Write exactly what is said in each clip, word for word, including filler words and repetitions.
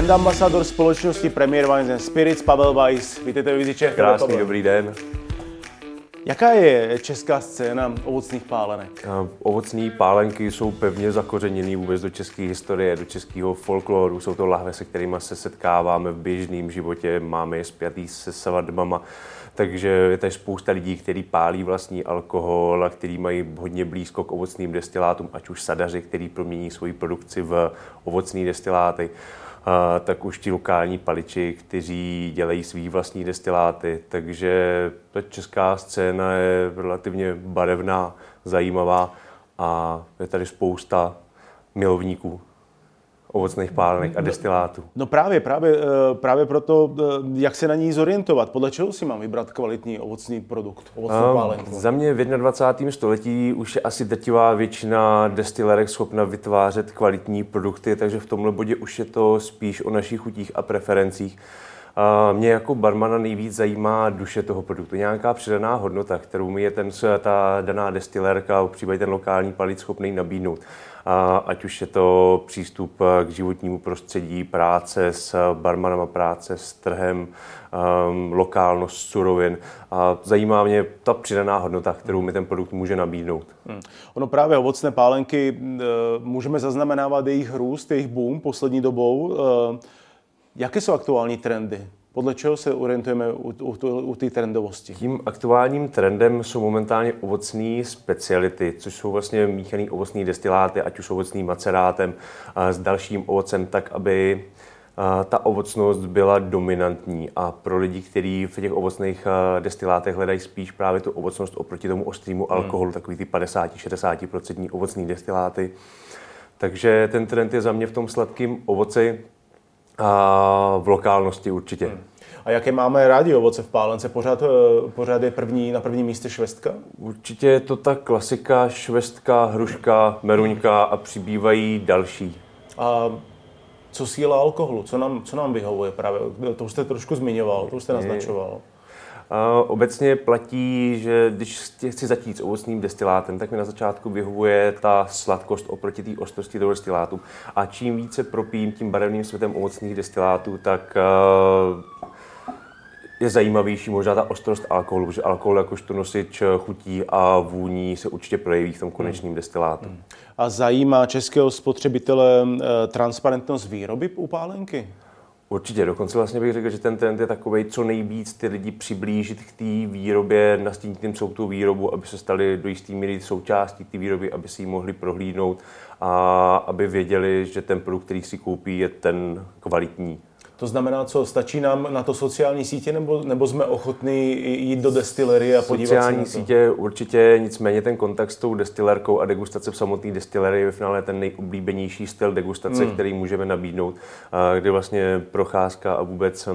brand ambasador společnosti Premier Wines and Spirits Pavel Weiss. Vítejte ve Vizi Čech. Krásný dobrý den. Jaká je česká scéna ovocných pálenek? Ovocné pálenky jsou pevně zakořeněné vůbec do české historie, do českého folkloru. Jsou to lahve, se kterými se setkáváme v běžném životě, máme je spjatý se svatbama. Takže je tady spousta lidí, kteří pálí vlastní alkohol a kteří mají hodně blízko k ovocným destilátům, ať už sadaři, kteří promění svoji produkci v ovocné destiláty, a tak už ti lokální paliči, kteří dělají svý vlastní destiláty. Takže ta česká scéna je relativně barevná, zajímavá a je tady spousta milovníků ovocných pálenek a destilátů. No právě, právě, právě proto, jak se na ní zorientovat, podle čeho si mám vybrat kvalitní ovocný produkt, ovocnou um, pálenku? Za mě v dvacátém prvním století už je asi drtivá většina destilerek schopna vytvářet kvalitní produkty, takže v tomhle bodě už je to spíš o našich chutích a preferencích. Uh, mě jako barmana nejvíc zajímá duše toho produktu, nějaká přidaná hodnota, kterou mi je ten, ta daná destilerka, případně ten lokální palič schopný nabídnout. A ať už je to přístup k životnímu prostředí, práce s barmanama, práce s trhem, um, lokálnost surovin. A zajímá mě ta přidaná hodnota, kterou mi ten produkt může nabídnout. Hmm. Ono právě ovocné pálenky, můžeme zaznamenávat jejich růst, jejich boom poslední dobou. Jaké jsou aktuální trendy? Podle čeho se orientujeme u, u, u té trendovosti? Tím aktuálním trendem jsou momentálně ovocné speciality, což jsou vlastně míchané ovocné destiláty, ať už ovocným macerátem a s dalším ovocem, tak aby ta ovocnost byla dominantní. A pro lidi, kteří v těch ovocných destilátech hledají spíš právě tu ovocnost oproti tomu ostrému alkoholu, hmm. takový ty padesát až šedesát procent ovocné destiláty. Takže ten trend je za mě v tom sladkém ovoci a v lokálnosti určitě. Hmm. A jaké máme rádi ovoce v pálence? Pořád, pořád je první, na prvním místě švestka? Určitě je to ta klasika, švestka, hruška, meruňka a přibývají další. A co síla alkoholu? Co nám, co nám vyhovuje právě? To už jste trošku zmiňoval, to už jste naznačoval. Uh, obecně platí, že když chci začít s ovocným destilátem, tak mi na začátku vyhovuje ta sladkost oproti té ostrosti toho destilátu. A čím více propím tím barevným světem ovocných destilátů, tak uh, je zajímavější možná ta ostrost alkoholu, protože alkohol jakožto nosič chutí a vůní se určitě projeví v tom konečném hmm. destilátu. Hmm. A zajímá českého spotřebitele uh, transparentnost výroby u pálenky? Určitě, dokonce vlastně bych řekl, že ten trend je takovej, co nejvíc ty lidi přiblížit k té výrobě, nastínit tím celou tu výrobu, aby se stali do jisté míry součástí té výroby, aby si ji mohli prohlídnout a aby věděli, že ten produkt, který si koupí, je ten kvalitní. To znamená, co stačí nám na to sociální sítě, nebo, nebo jsme ochotní jít do destilerie a podívat sociální se na to? Sociální sítě určitě, nicméně ten kontakt s tou destilerkou a degustace v samotné destilerii je ve finále ten nejoblíbenější styl degustace, hmm. který můžeme nabídnout, kdy vlastně procházka a vůbec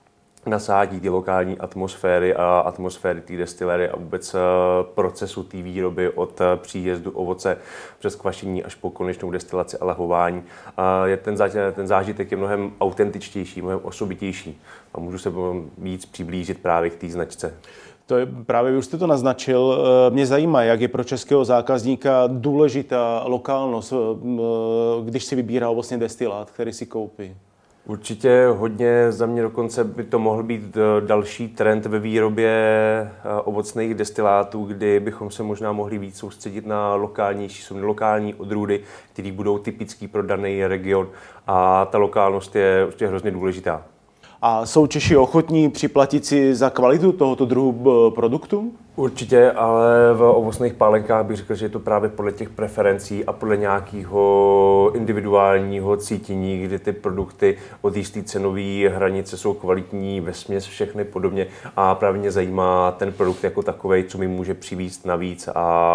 nasádí ty lokální atmosféry a atmosféry té destilery a vůbec procesu té výroby od příjezdu ovoce přes kvašení až po konečnou destilaci a lahvování. Je ten, ten zážitek je mnohem autentičtější, mnohem osobitější a můžu se víc přiblížit právě k té značce. To je, právě už jste to naznačil. Mě zajímá, jak je pro českého zákazníka důležitá lokálnost, když si vybírá ovocný destilát, který si koupí. Určitě hodně, za mě dokonce by to mohl být další trend ve výrobě ovocných destilátů, kdy bychom se možná mohli víc soustředit na lokálnější, jsou lokální odrůdy, které budou typický pro daný region a ta lokálnost je určitě hrozně důležitá. A jsou Češi ochotní připlatit si za kvalitu tohoto druhu produktu? Určitě, ale v ovocných pálenkách bych řekl, že je to právě podle těch preferencí a podle nějakého individuálního cítění, kdy ty produkty od jisté cenové hranice jsou kvalitní, vesměs všechny podobně a právě mě zajímá ten produkt jako takovej, co mi může přivést navíc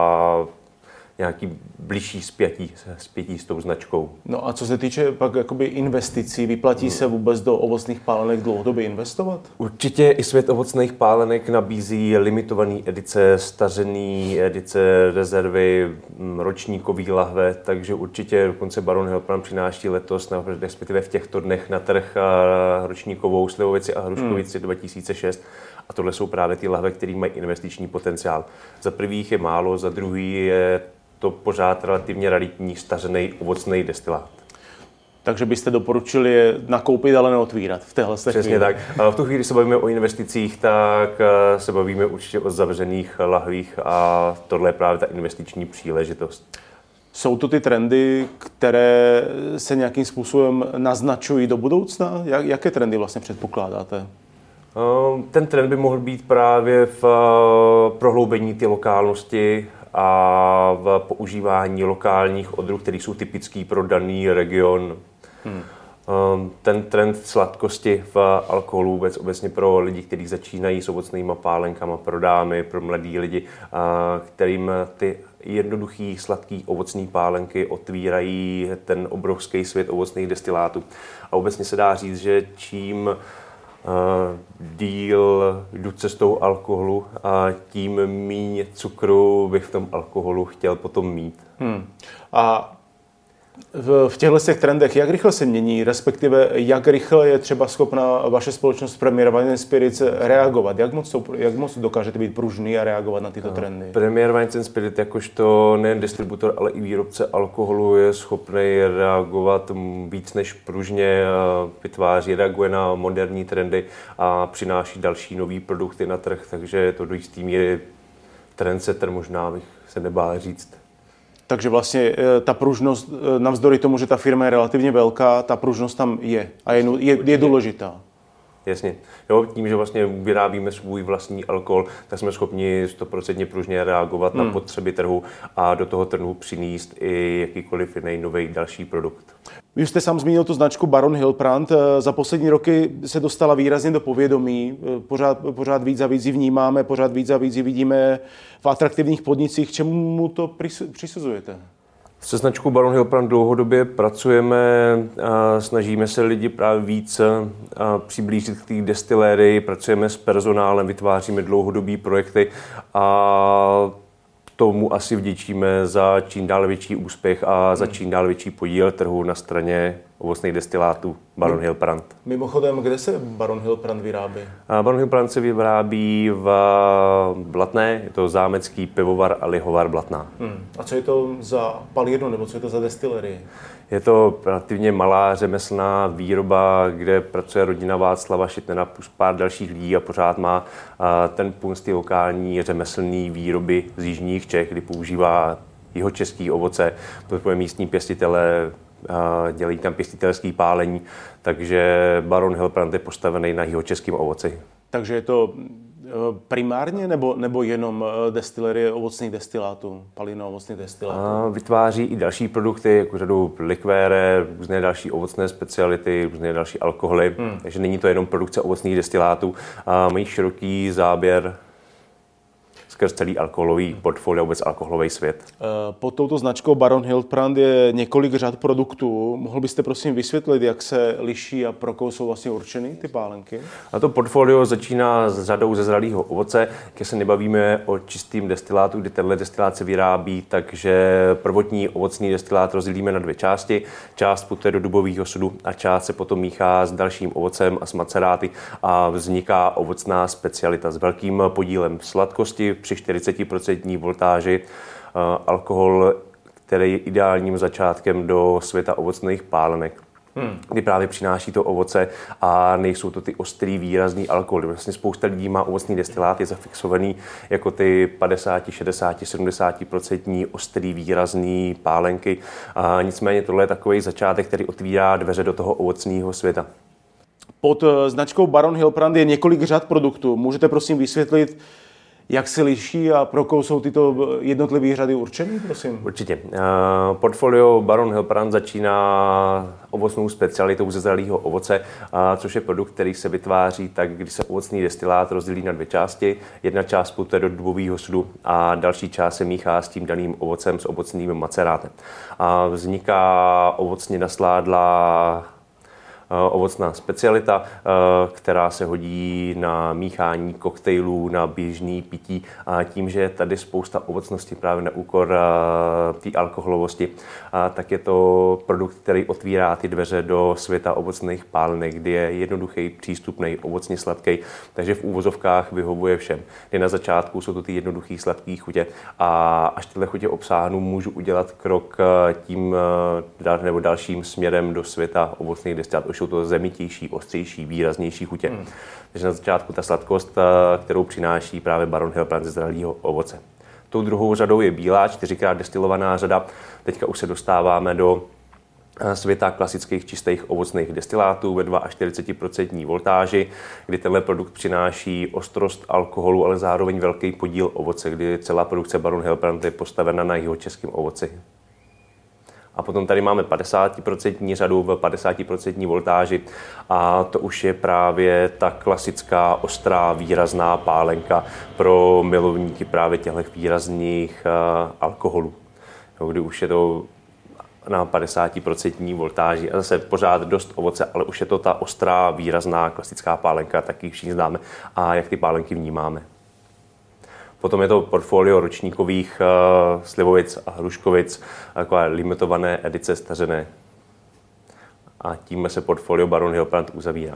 a nějaký bližší spjatí, spjatí s tou značkou. No a co se týče pak jakoby investicí, vyplatí hmm. se vůbec do ovocných pálenek dlouhodobě investovat? Určitě i svět ovocných pálenek nabízí limitované edice, stařené edice, rezervy, ročníkový lahve, takže určitě dokonce Baron Hellplan přináší letos, respektive v těchto dnech na trh ročníkovou slivovici a hruškovici hmm. dva tisíce šest. A tohle jsou právě ty lahve, které mají investiční potenciál. Za prvých je málo, za druhý je to pořád relativně raritní, stařený ovocný destilát. Takže byste doporučili je nakoupit, ale neotvírat v téhle chvíli. Přesně tak. V tu chvíli se bavíme o investicích, tak se bavíme určitě o zavřených lahvích a tohle je právě ta investiční příležitost. Jsou to ty trendy, které se nějakým způsobem naznačují do budoucna? Jak, jaké trendy vlastně předpokládáte? Ten trend by mohl být právě v prohloubení ty lokálnosti a v používání lokálních odrůd, které jsou typický pro daný region. Hmm. Ten trend sladkosti v alkoholu vůbec obecně pro lidi, kteří začínají s ovocnými pálenkama, pro dámy, pro mladí lidi, kterým ty jednoduchý, sladký ovocný pálenky otvírají ten obrovský svět ovocných destilátů. A obecně se dá říct, že čím díl jdu cestou alkoholu a tím míň cukru bych v tom alkoholu chtěl potom mít. Hmm. A v, v těchto těch trendech, jak rychle se mění, respektive jak rychle je třeba schopna vaše společnost Premier Wine and Spirits reagovat? Jak moc, to, jak moc dokážete být pružný a reagovat na tyto no, trendy? Premier Wine and Spirits, jakožto nejen distributor, ale i výrobce alkoholu, je schopný reagovat víc než pružně, vytváří, reaguje na moderní trendy a přináší další nový produkty na trh, takže je to do jistý míry trendsetter, možná bych se nebál říct. Takže vlastně ta pružnost, navzdory tomu, že ta firma je relativně velká, ta pružnost tam je a je, je, je důležitá. Jasně. Jo, tím, že vlastně vyrábíme svůj vlastní alkohol, tak jsme schopni stoprocentně pružně reagovat hmm. na potřeby trhu a do toho trhu přinést i jakýkoliv jiný nový další produkt. Vy jste sám zmínil tu značku Baron Hilprand. Za poslední roky se dostala výrazně do povědomí. Pořád, pořád víc a víc ji vnímáme, pořád víc a víc ji vidíme v atraktivních podnicích. Čemu mu to přisuzujete? Se značkou Baron Hilprand dlouhodobě pracujeme, a snažíme se lidi právě víc přiblížit k té destilérii, pracujeme s personálem, vytváříme dlouhodobý projekty a tomu asi vděčíme za čím dál větší úspěch a za čím dál větší podíl trhu na straně ovocných destilátů Baron Hilprand. Mimochodem, kde se Baron Hilprand vyrábí? Baron Hilprand se vyrábí v Blatné, je to zámecký pivovar a lihovar Blatná. Hmm. A co je to za palírnu, nebo co je to za destilerii? Je to relativně malá řemeslná výroba, kde pracuje rodina Václava Šitnera plus pár dalších lidí a pořád má ten punc ty lokální řemeslné výroby z jižních Čech, kdy používá jihočeský ovoce, podporuje místní pěstitele, dělají tam pěstitelský pálení, takže Baron Hilprand je postavený na jihočeském ovoci. Takže je to primárně nebo, nebo jenom destilerie ovocných destilátů, palina ovocných destilátů? A vytváří i další produkty, jako řadu likvére, různé další ovocné speciality, různé další alkoholy, hmm. takže není to jenom produkce ovocných destilátů. A mají široký záběr skrz celý alkoholový portfolio, vůbec alkoholový svět. Pod touto značkou Baron Hilprand je několik řad produktů. Mohl byste prosím vysvětlit, jak se liší a pro koho jsou vlastně určeny ty pálenky? A to portfolio začíná s řadou ze zralého ovoce, když se nebavíme o čistým destilátu, kdy tenhle destilát se vyrábí, takže prvotní ovocný destilát rozdělíme na dvě části. Část putuje do dubového sudu a část se potom míchá s dalším ovocem a s maceráty a vzniká ovocná specialita s velkým podílem sladkosti, při čtyřicet procent voltáži, alkohol, který je ideálním začátkem do světa ovocných pálenek, hmm. kdy právě přináší to ovoce a nejsou to ty ostrý, výrazný alkoholy. Vlastně spousta lidí má ovocný destilát, je zafixovaný jako ty padesát, šedesát, sedmdesát procent ostrý, výrazný pálenky. A nicméně tohle je takový začátek, který otvírá dveře do toho ovocného světa. Pod značkou Baron Hilprand je několik řad produktů. Můžete prosím vysvětlit, jak se liší a pro koho jsou tyto jednotlivé řady určeny, prosím? Určitě. Portfolio Baron Hilprand začíná ovocnou specialitou ze zralého ovoce, což je produkt, který se vytváří tak, když se ovocný destilát rozdělí na dvě části. Jedna část putuje do dubového sudu a další část se míchá s tím daným ovocem, s ovocným macerátem. A vzniká ovocně nasládlá ovocná specialita, která se hodí na míchání koktejlů, na běžný pití a tím, že je tady spousta ovocnosti právě na úkor té alkoholovosti, tak je to produkt, který otvírá ty dveře do světa ovocných pálenek, kdy je jednoduchý, přístupný, ovocně sladký, takže v úvozovkách vyhovuje všem. Kdy na začátku jsou to ty jednoduché sladké chutě a až tyhle chutě obsáhnu, můžu udělat krok tím nebo dalším směrem do světa ovocných destilát. Už jsou to zemitější, ostřejší, výraznější chutě. Hmm. Takže na začátku ta sladkost, kterou přináší právě Baron Hilbrand ze zralého ovoce. Tou druhou řadou je bílá, čtyřikrát destilovaná řada. Teďka už se dostáváme do světa klasických čistých ovocných destilátů ve čtyřicet dva procent voltáži, kdy tenhle produkt přináší ostrost alkoholu, ale zároveň velký podíl ovoce, kdy celá produkce Baron Hilbrand je postavena na jeho českém ovoci. A potom tady máme padesát procent řadu v padesát procent voltáži a to už je právě ta klasická, ostrá, výrazná pálenka pro milovníky právě těchto výrazných uh, alkoholů. No, kdy už je to na padesát procent voltáži a zase pořád dost ovoce, ale už je to ta ostrá, výrazná, klasická pálenka, taky všichni známe a jak ty pálenky vnímáme. Potom je to portfolio ročníkových uh, slivovic a hruškovic, takové limitované edice stařené. A tím se portfolio Baron Hilbrand uzavírá.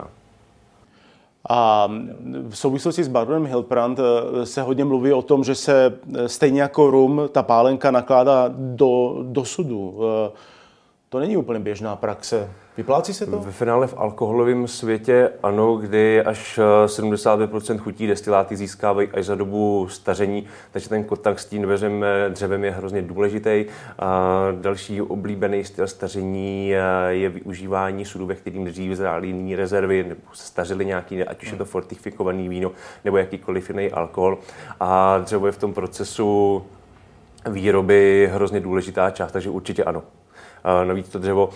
A v souvislosti s Baronem Hilbrand se hodně mluví o tom, že se stejně jako rum ta pálenka nakládá do, do sudu. To není úplně běžná praxe. Vyplácí se to? Ve finále v alkoholovém světě ano, kdy až sedmdesát pět procent chutí destiláty získávají až za dobu staření, takže ten kontakt s tím dveřem, dřevem je hrozně důležitý. A další oblíbený styl staření je využívání sudu, ve kterým dřív zrály jiné rezervy, nebo se stařily nějaký, ať už je to fortifikovaný víno, nebo jakýkoliv jiný alkohol. A dřevo je v tom procesu výroby hrozně důležitá část, takže určitě ano. Navíc to dřevo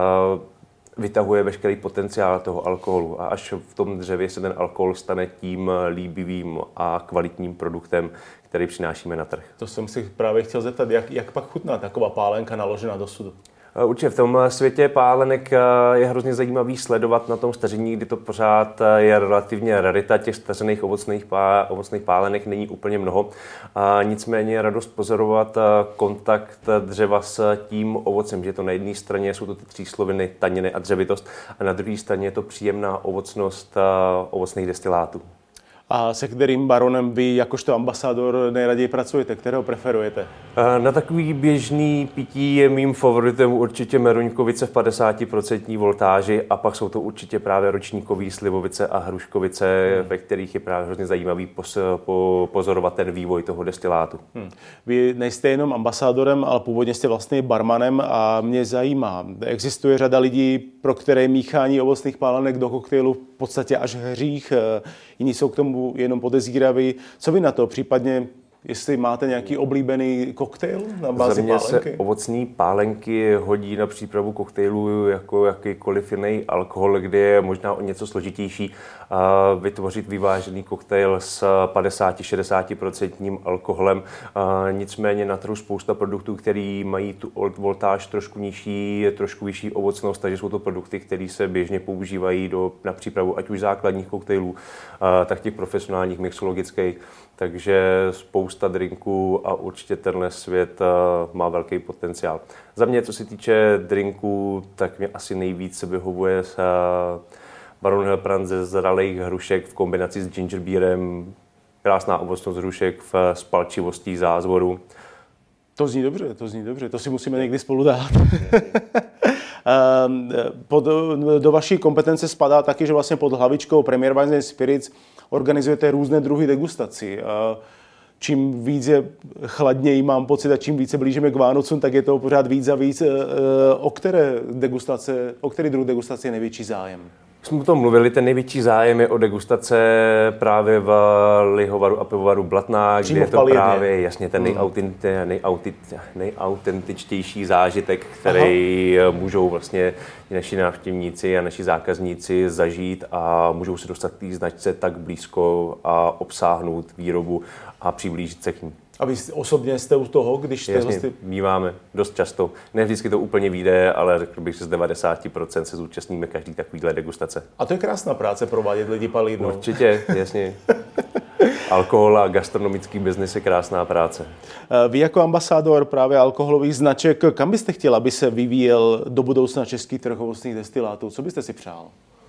vytahuje veškerý potenciál toho alkoholu a až v tom dřevě se ten alkohol stane tím líbivým a kvalitním produktem, který přinášíme na trh. To jsem si právě chtěl zeptat, jak, jak pak chutná taková pálenka naložená do sudu? Určitě v tom světě pálenek je hrozně zajímavý sledovat na tom staření, kdy to pořád je relativně rarita, těch stařených ovocných, pá, ovocných pálenek není úplně mnoho. A nicméně je radost pozorovat kontakt dřeva s tím ovocem, že to na jedné straně jsou to ty třísloviny, taniny a dřevitost a na druhé straně je to příjemná ovocnost ovocných destilátů. A se kterým baronem vy jakožto ambasador nejraději pracujete? Kterého preferujete? Na takový běžný pití je mým favoritem určitě Meruňkovice v padesát procent voltáži a pak jsou to určitě právě ročníkový slivovice a hruškovice, hmm. ve kterých je právě hrozně zajímavý pos, po, pozorovat ten vývoj toho destilátu. Hmm. Vy nejste jenom ambasadorem, ale původně jste vlastně barmanem a mě zajímá, existuje řada lidí, pro které míchání ovocných pálenek do koktejlu v podstatě až hřích, jiní jsou k tomu jenom podezíraví. Co vy na to? Případně, jestli máte nějaký oblíbený koktejl na bázi pálenky? Za mě se ovocní pálenky hodí na přípravu koktejlu jako jakýkoliv jiný alkohol, kde je možná o něco složitější vytvořit vyvážený koktejl s padesát až šedesát procent alkoholem. Nicméně na trhu spousta produktů, které mají tu voltáž trošku nižší, trošku vyšší ovocnost, takže jsou to produkty, které se běžně používají do, na přípravu ať už základních koktejlů, tak těch profesionálních mixologických. Takže spousta drinků a určitě tenhle svět má velký potenciál. Za mě, co se týče drinků, tak mě asi nejvíc vyhovuje Baron Hilbrand ze zralých hrušek v kombinaci s ginger beerem. Krásná ovocnost hrušek s palčivostí zázvoru. To zní dobře, to zní dobře. To si musíme někdy spolu dát. Pod, do vaší kompetence spadá taky, že vlastně pod hlavičkou Premier Wines and Spirits organizujete různé druhy degustací. Čím víc je chladněji, mám pocit, a čím více blížíme k Vánocům, tak je to pořád víc a víc. O které degustace, o který druh degustace je největší zájem? Jsme o tom mluvili, ten největší zájem je o degustace právě v lihovaru a pivovaru Blatná, kde je to právě jasně ten nejautent, nejautent, nejautentičtější zážitek, který Aha. můžou vlastně naši návštěvníci a naši zákazníci zažít a můžou se dostat k té značce tak blízko a obsáhnout výrobu a přiblížit se k ní. A vy osobně jste u toho, když jste... Jasně, vlastně... míváme dost často. Ne vždycky to úplně vyjde, ale řekl bych, že z devadesát procent se zúčastníme každý takovýhle degustace. A to je krásná práce provádět lidi palí. No. Určitě, jasně. Alkohol a gastronomický biznis je krásná práce. Vy jako ambasádor právě alkoholových značek, kam byste chtěl, aby se vyvíjel do budoucna český trh ovocných destilátů? Co byste si přál?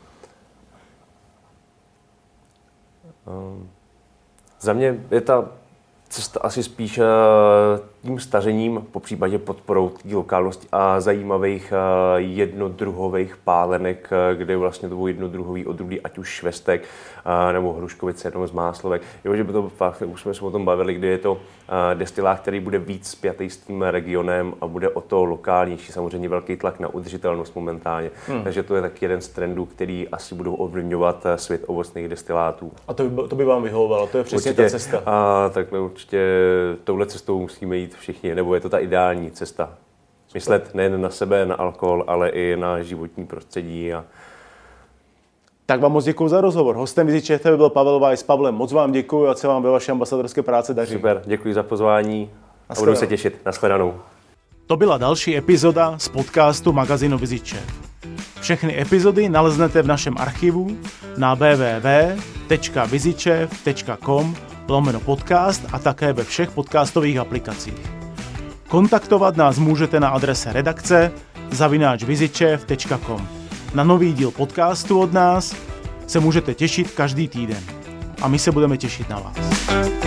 Um, za mě je ta cesta asi spíš tím stařením, popřípadě podporou té lokálnosti a zajímavých jednodruhových pálenek, kde vlastně to bylo jednodruhový odrůdy, ať už švestek nebo hruškovice jenom z Máslovek. Jo, že by to fakt, už jsme se o tom bavili, kdy je to destilát, který bude víc spjatý s tím regionem a bude o to lokálnější, samozřejmě velký tlak na udržitelnost momentálně. Hmm. Takže to je tak jeden z trendů, který asi budou ovlivňovat svět ovocných destilátů. A to by, to by vám vyhovovalo, to je přesně určitě, ta cesta. A tak my určitě touhle cestou musíme jít všichni, nebo je to ta ideální cesta. Myslet nejen na sebe, na alkohol, ale i na životní prostředí. A... Tak vám moc děkuji za rozhovor. Hostem Viziče F M byl Pavel Weiss. Pavle, moc vám děkuji a se vám ve vaší ambasadorské práci daří. Super, děkuji za pozvání a budu se těšit. Nashledanou. To byla další epizoda z podcastu magazínu Viziče. Všechny epizody naleznete v našem archivu na w w w tečka vizičev tečka com lomeno podcast a také ve všech podcastových aplikacích. Kontaktovat nás můžete na adrese redakce zavináč vizičev tečka com. Na nový díl podcastu od nás se můžete těšit každý týden. A my se budeme těšit na vás.